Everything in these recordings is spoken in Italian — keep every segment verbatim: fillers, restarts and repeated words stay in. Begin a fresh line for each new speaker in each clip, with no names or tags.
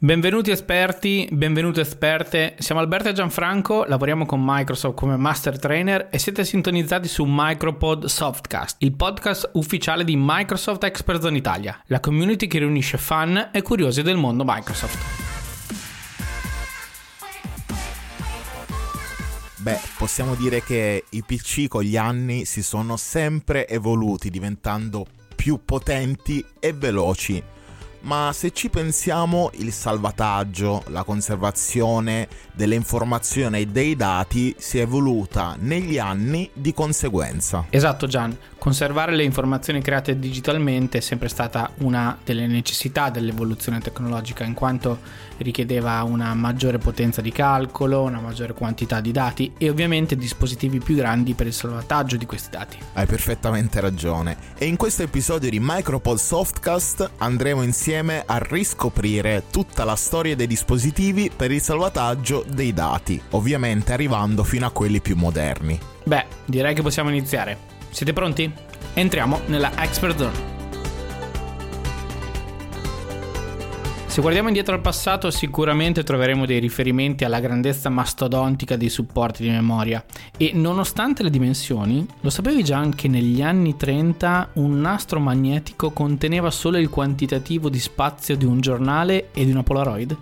Benvenuti esperti, benvenute esperte, siamo Alberto e Gianfranco, lavoriamo con Microsoft come Master Trainer e siete sintonizzati su Micropod Softcast, il podcast ufficiale di Microsoft Expert Zone Italia, la community che riunisce fan e curiosi del mondo Microsoft.
Beh, possiamo dire che i P C con gli anni si sono sempre evoluti, diventando più potenti e veloci. Ma se ci pensiamo, il salvataggio, la conservazione delle informazioni e dei dati si è evoluta negli anni di conseguenza.
Esatto Gian, conservare le informazioni create digitalmente è sempre stata una delle necessità dell'evoluzione tecnologica, in quanto richiedeva una maggiore potenza di calcolo, una maggiore quantità di dati e ovviamente dispositivi più grandi per il salvataggio di questi dati.
Hai perfettamente ragione. E in questo episodio di Micropod Softcast andremo insieme a riscoprire tutta la storia dei dispositivi per il salvataggio dei dati, ovviamente arrivando fino a quelli più moderni.
Beh, direi che possiamo iniziare. Siete pronti? Entriamo nella Expert Zone. Se guardiamo indietro al passato sicuramente troveremo dei riferimenti alla grandezza mastodontica dei supporti di memoria e nonostante le dimensioni, lo sapevi già che negli anni trenta un nastro magnetico conteneva solo il quantitativo di spazio di un giornale e di una Polaroid?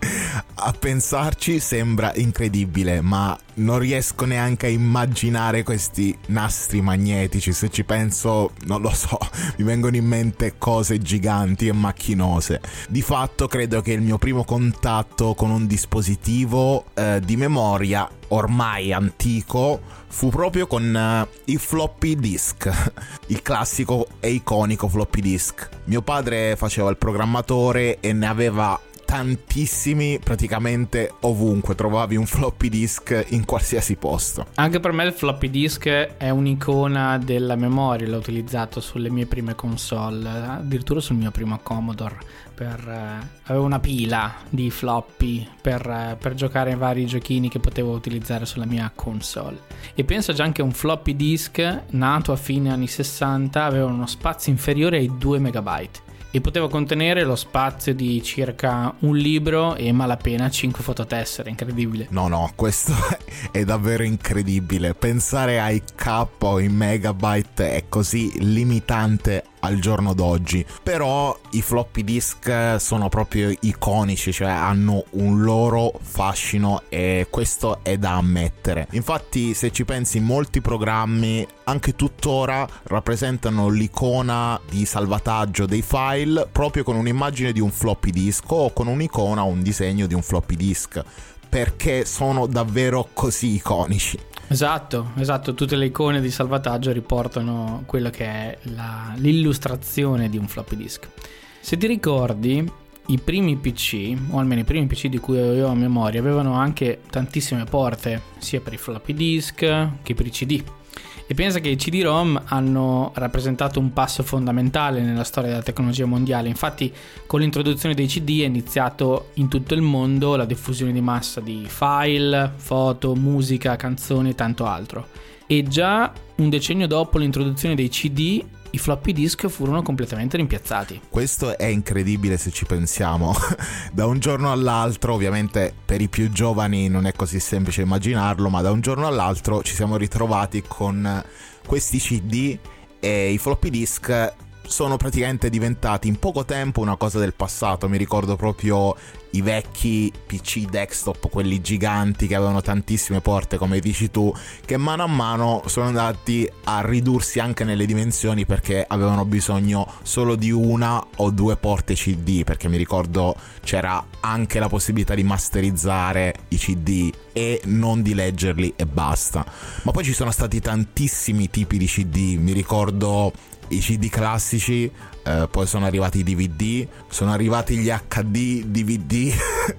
A pensarci sembra incredibile, ma non riesco neanche a immaginare questi nastri magnetici. Se ci penso, non lo so, mi vengono in mente cose giganti e macchinose. Di fatto credo che il mio primo contatto con un dispositivo eh, di memoria ormai antico fu proprio con uh, i floppy disk, il classico e iconico floppy disk. Mio padre faceva il programmatore e ne aveva tantissimi, praticamente ovunque trovavi un floppy disk in qualsiasi posto.
Anche per me il floppy disk è un'icona della memoria, l'ho utilizzato sulle mie prime console, addirittura sul mio primo Commodore. Per, eh, avevo una pila di floppy per, eh, per giocare ai vari giochini che potevo utilizzare sulla mia console. E penso già che un floppy disk nato a fine anni sessanta aveva uno spazio inferiore ai due megabyte e poteva contenere lo spazio di circa un libro e malapena cinque fototessere. Incredibile.
No no, questo è davvero incredibile. Pensare ai K o ai megabyte è così limitante al giorno d'oggi. Però i floppy disk sono proprio iconici, cioè hanno un loro fascino e questo è da ammettere. Infatti se ci pensi, molti programmi anche tuttora rappresentano l'icona di salvataggio dei file proprio con un'immagine di un floppy disk o con un'icona o un disegno di un floppy disk, perché sono davvero così iconici.
Esatto, esatto, tutte le icone di salvataggio riportano quello che è la, l'illustrazione di un floppy disk. Se ti ricordi, i primi P C, o almeno i primi P C di cui io ho memoria, avevano anche tantissime porte, sia per i floppy disk che per i C D. E pensa che i C D-ROM hanno rappresentato un passo fondamentale nella storia della tecnologia mondiale. Infatti con l'introduzione dei C D è iniziato in tutto il mondo la diffusione di massa di file, foto, musica, canzoni e tanto altro. E già un decennio dopo l'introduzione dei C D i floppy disk furono completamente rimpiazzati.
Questo è incredibile se ci pensiamo. Da un giorno all'altro, ovviamente per i più giovani non è così semplice immaginarlo, ma da un giorno all'altro ci siamo ritrovati con questi C D e i floppy disk sono praticamente diventati in poco tempo una cosa del passato. Mi ricordo proprio i vecchi P C desktop, quelli giganti che avevano tantissime porte, come dici tu, che mano a mano sono andati a ridursi anche nelle dimensioni perché avevano bisogno solo di una o due porte C D, perché mi ricordo c'era anche la possibilità di masterizzare i C D e non di leggerli e basta. Ma poi ci sono stati tantissimi tipi di C D, mi ricordo i C D classici, eh, poi sono arrivati i D V D, sono arrivati gli H D D V D,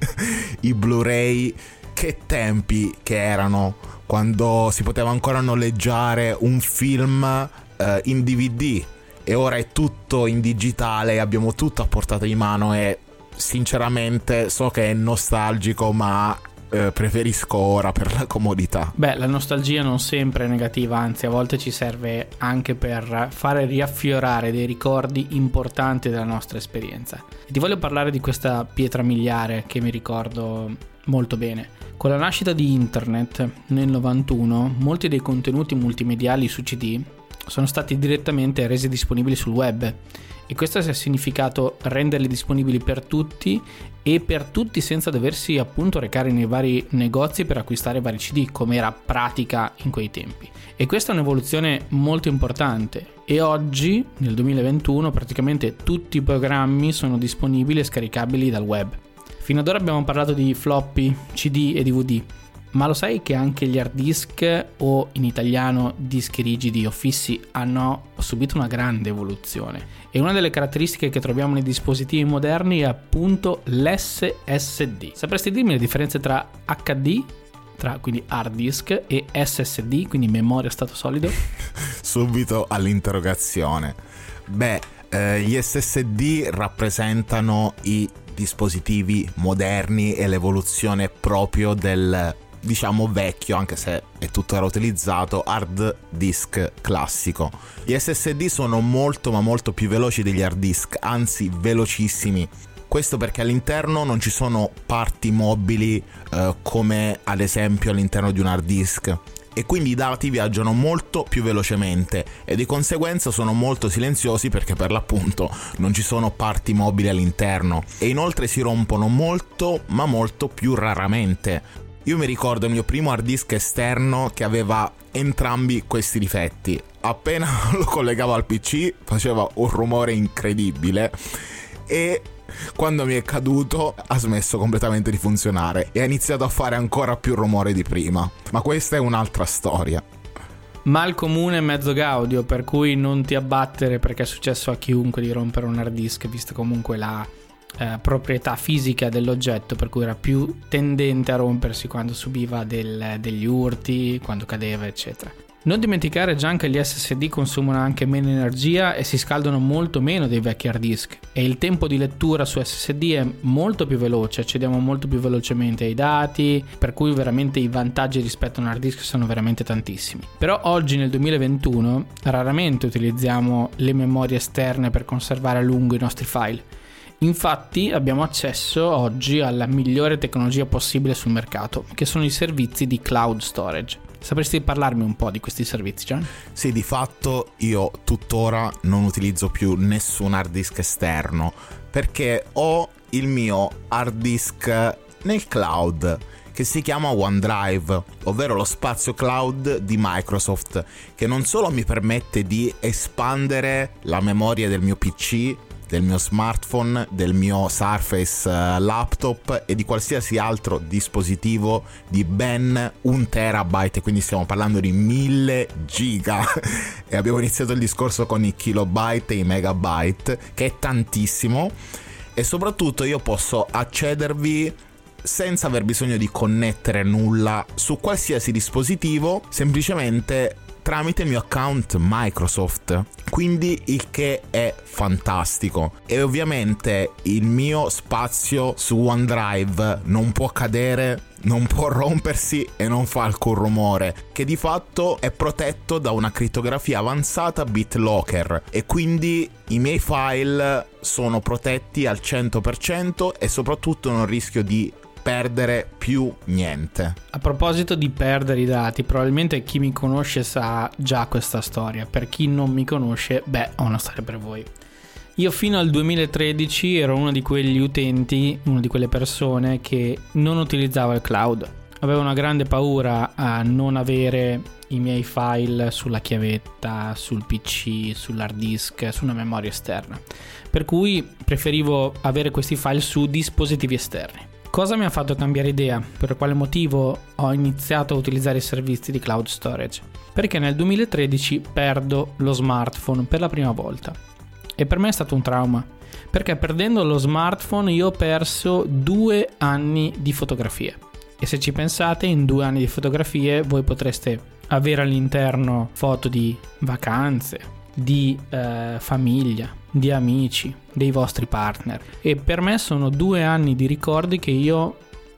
i Blu-ray. Che tempi che erano, quando si poteva ancora noleggiare un film eh, in D V D, e ora è tutto in digitale, abbiamo tutto a portata di mano e sinceramente so che è nostalgico, ma eh, preferisco ora per la comodità.
Beh, la nostalgia non sempre è negativa, anzi a volte ci serve anche per fare riaffiorare dei ricordi importanti della nostra esperienza. E ti voglio parlare di questa pietra miliare che mi ricordo molto bene. Con la nascita di internet nel novantuno, molti dei contenuti multimediali su C D sono stati direttamente resi disponibili sul web, e questo ha significato renderli disponibili per tutti e per tutti senza doversi appunto recare nei vari negozi per acquistare vari C D, come era pratica in quei tempi. E questa è un'evoluzione molto importante, e oggi nel duemilaventuno praticamente tutti i programmi sono disponibili e scaricabili dal web. Fino ad ora abbiamo parlato di floppy, C D e D V D, ma lo sai che anche gli hard disk, o in italiano dischi rigidi o fissi, hanno subito una grande evoluzione, e una delle caratteristiche che troviamo nei dispositivi moderni è appunto l'S S D. Sapresti dirmi le differenze tra H D, tra quindi hard disk, e S S D, quindi memoria a stato solido?
Subito all'interrogazione. Beh, eh, gli S S D rappresentano i dispositivi moderni e l'evoluzione proprio del, diciamo, vecchio, anche se è tuttora utilizzato, hard disk classico. Gli S S D sono molto ma molto più veloci degli hard disk, anzi velocissimi. Questo perché all'interno non ci sono parti mobili eh, come ad esempio all'interno di un hard disk, e quindi i dati viaggiano molto più velocemente e di conseguenza sono molto silenziosi, perché per l'appunto non ci sono parti mobili all'interno, e inoltre si rompono molto ma molto più raramente. Io mi ricordo il mio primo hard disk esterno che aveva entrambi questi difetti. Appena lo collegavo al P C faceva un rumore incredibile, e quando mi è caduto ha smesso completamente di funzionare e ha iniziato a fare ancora più rumore di prima. Ma questa è un'altra storia.
Mal comune mezzo gaudio, per cui non ti abbattere perché è successo a chiunque di rompere un hard disk, visto comunque la eh, proprietà fisica dell'oggetto, per cui era più tendente a rompersi quando subiva del, degli urti, quando cadeva, eccetera. Non dimenticare già che gli S S D consumano anche meno energia e si scaldano molto meno dei vecchi hard disk, e il tempo di lettura su S S D è molto più veloce, accediamo molto più velocemente ai dati, per cui veramente i vantaggi rispetto a un hard disk sono veramente tantissimi. Però oggi nel duemilaventuno raramente utilizziamo le memorie esterne per conservare a lungo i nostri file. Infatti abbiamo accesso oggi alla migliore tecnologia possibile sul mercato, che sono i servizi di cloud storage. Sapresti parlarmi un po' di questi servizi, Gian?
Sì, di fatto io tuttora non utilizzo più nessun hard disk esterno, perché ho il mio hard disk nel cloud, che si chiama OneDrive, ovvero lo spazio cloud di Microsoft, che non solo mi permette di espandere la memoria del mio P C, del mio smartphone, del mio Surface laptop e di qualsiasi altro dispositivo di ben un terabyte, quindi stiamo parlando di mille giga e abbiamo iniziato il discorso con i kilobyte e i megabyte, che è tantissimo, e soprattutto io posso accedervi senza aver bisogno di connettere nulla su qualsiasi dispositivo, semplicemente tramite il mio account Microsoft, quindi il che è fantastico. E ovviamente il mio spazio su OneDrive non può cadere, non può rompersi e non fa alcun rumore, che di fatto è protetto da una crittografia avanzata BitLocker, e quindi i miei file sono protetti al cento per cento e soprattutto non rischio di perdere più niente.
A proposito di perdere i dati, probabilmente chi mi conosce sa già questa storia. Per chi non mi conosce, beh, ho una storia per voi. Io fino al duemilatredici ero uno di quegli utenti, una di quelle persone che non utilizzava il cloud. Avevo una grande paura a non avere i miei file sulla chiavetta, sul P C, sull'hard disk, su una memoria esterna. Per cui preferivo avere questi file su dispositivi esterni. Cosa mi ha fatto cambiare idea? Per quale motivo ho iniziato a utilizzare i servizi di cloud storage? Perché nel duemilatredici perdo lo smartphone per la prima volta. E per me è stato un trauma. Perché perdendo lo smartphone io ho perso due anni di fotografie. E se ci pensate, in due anni di fotografie voi potreste avere all'interno foto di vacanze, di eh, famiglia, di amici, dei vostri partner, e per me sono due anni di ricordi che io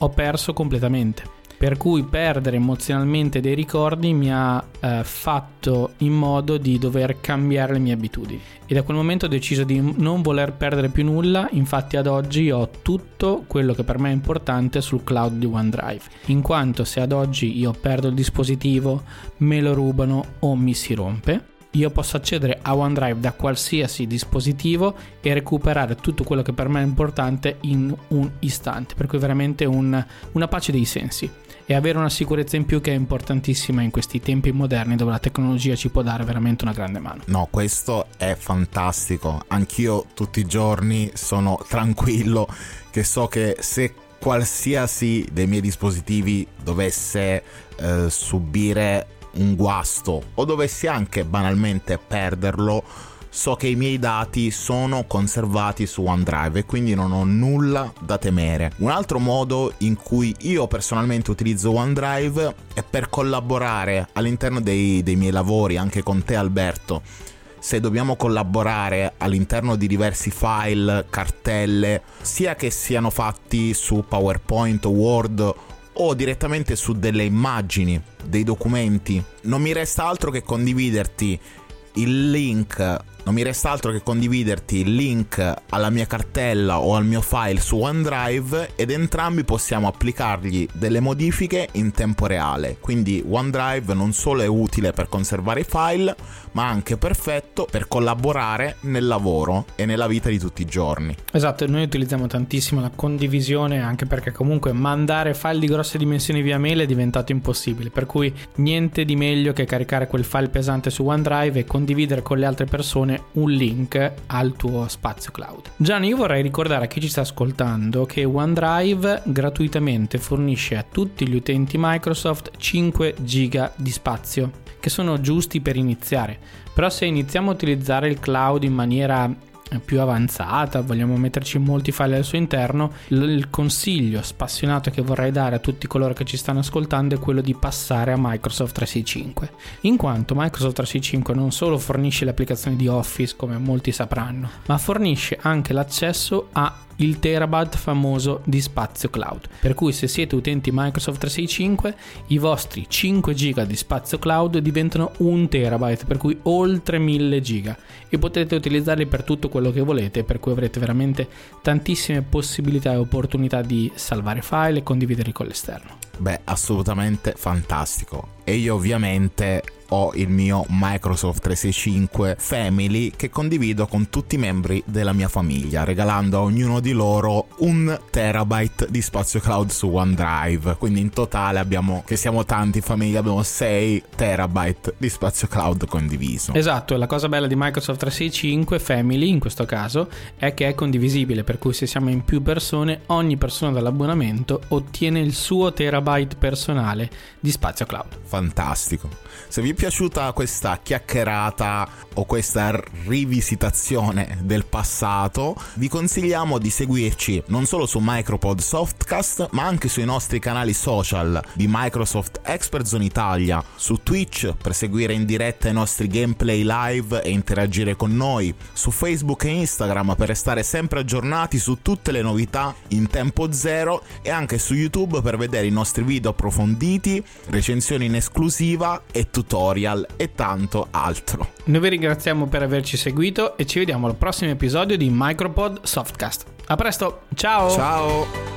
ho perso completamente. Per cui perdere emozionalmente dei ricordi mi ha eh, fatto in modo di dover cambiare le mie abitudini, e da quel momento ho deciso di non voler perdere più nulla. Infatti ad oggi ho tutto quello che per me è importante sul cloud di OneDrive, in quanto se ad oggi io perdo il dispositivo, me lo rubano o mi si rompe, io posso accedere a OneDrive da qualsiasi dispositivo e recuperare tutto quello che per me è importante in un istante, per cui veramente un, una pace dei sensi, e avere una sicurezza in più che è importantissima in questi tempi moderni dove la tecnologia ci può dare veramente una grande mano.
No, questo è fantastico. Anch'io tutti i giorni sono tranquillo che so che se qualsiasi dei miei dispositivi dovesse eh, subire un guasto o dovessi anche banalmente perderlo, so che i miei dati sono conservati su OneDrive e quindi non ho nulla da temere. Un altro modo in cui io personalmente utilizzo OneDrive è per collaborare all'interno dei, dei miei lavori, anche con te Alberto. Se dobbiamo collaborare all'interno di diversi file, cartelle, sia che siano fatti su PowerPoint o Word o direttamente su delle immagini, dei documenti, non mi resta altro che condividerti il link non mi resta altro che condividerti il link alla mia cartella o al mio file su OneDrive, ed entrambi possiamo applicargli delle modifiche in tempo reale. Quindi OneDrive non solo è utile per conservare i file, ma anche perfetto per collaborare nel lavoro e nella vita di tutti i giorni.
Esatto, noi utilizziamo tantissimo la condivisione, anche perché comunque mandare file di grosse dimensioni via mail è diventato impossibile, per cui niente di meglio che caricare quel file pesante su OneDrive e condividere con le altre persone un link al tuo spazio cloud. Gianni, io vorrei ricordare a chi ci sta ascoltando che OneDrive gratuitamente fornisce a tutti gli utenti Microsoft cinque giga di spazio, che sono giusti per iniziare. Però se iniziamo a utilizzare il cloud in maniera più avanzata, vogliamo metterci molti file al suo interno, il consiglio spassionato che vorrei dare a tutti coloro che ci stanno ascoltando è quello di passare a Microsoft trecentosessantacinque, in quanto Microsoft trecentosessantacinque non solo fornisce le applicazioni di Office, come molti sapranno, ma fornisce anche l'accesso a il terabyte famoso di spazio cloud, per cui se siete utenti Microsoft trecentosessantacinque i vostri cinque giga di spazio cloud diventano un terabyte, per cui oltre mille giga, e potete utilizzarli per tutto quello che volete, per cui avrete veramente tantissime possibilità e opportunità di salvare file e condividerli con l'esterno.
Beh, assolutamente fantastico. E io ovviamente ho il mio Microsoft trecentosessantacinque Family che condivido con tutti i membri della mia famiglia, regalando a ognuno di loro un terabyte di spazio cloud su OneDrive. Quindi in totale abbiamo, che siamo tanti in famiglia, abbiamo sei terabyte di spazio cloud condiviso.
Esatto, e la cosa bella di Microsoft trecentosessantacinque Family in questo caso è che è condivisibile, per cui se siamo in più persone, ogni persona dall'abbonamento ottiene il suo terabyte personale di spazio cloud.
Fantastico. Se vi è piaciuta questa chiacchierata o questa rivisitazione del passato, vi consigliamo di seguirci non solo su Micropod Softcast, ma anche sui nostri canali social di Microsoft Expert Zone Italia, su Twitch per seguire in diretta i nostri gameplay live e interagire con noi, su Facebook e Instagram per restare sempre aggiornati su tutte le novità in tempo zero, e anche su YouTube per vedere i nostri video approfonditi, recensioni in esclusiva e tutorial e tanto altro.
Noi vi ringraziamo per averci seguito e ci vediamo al prossimo episodio di Micropod Softcast. A presto, ciao!
Ciao!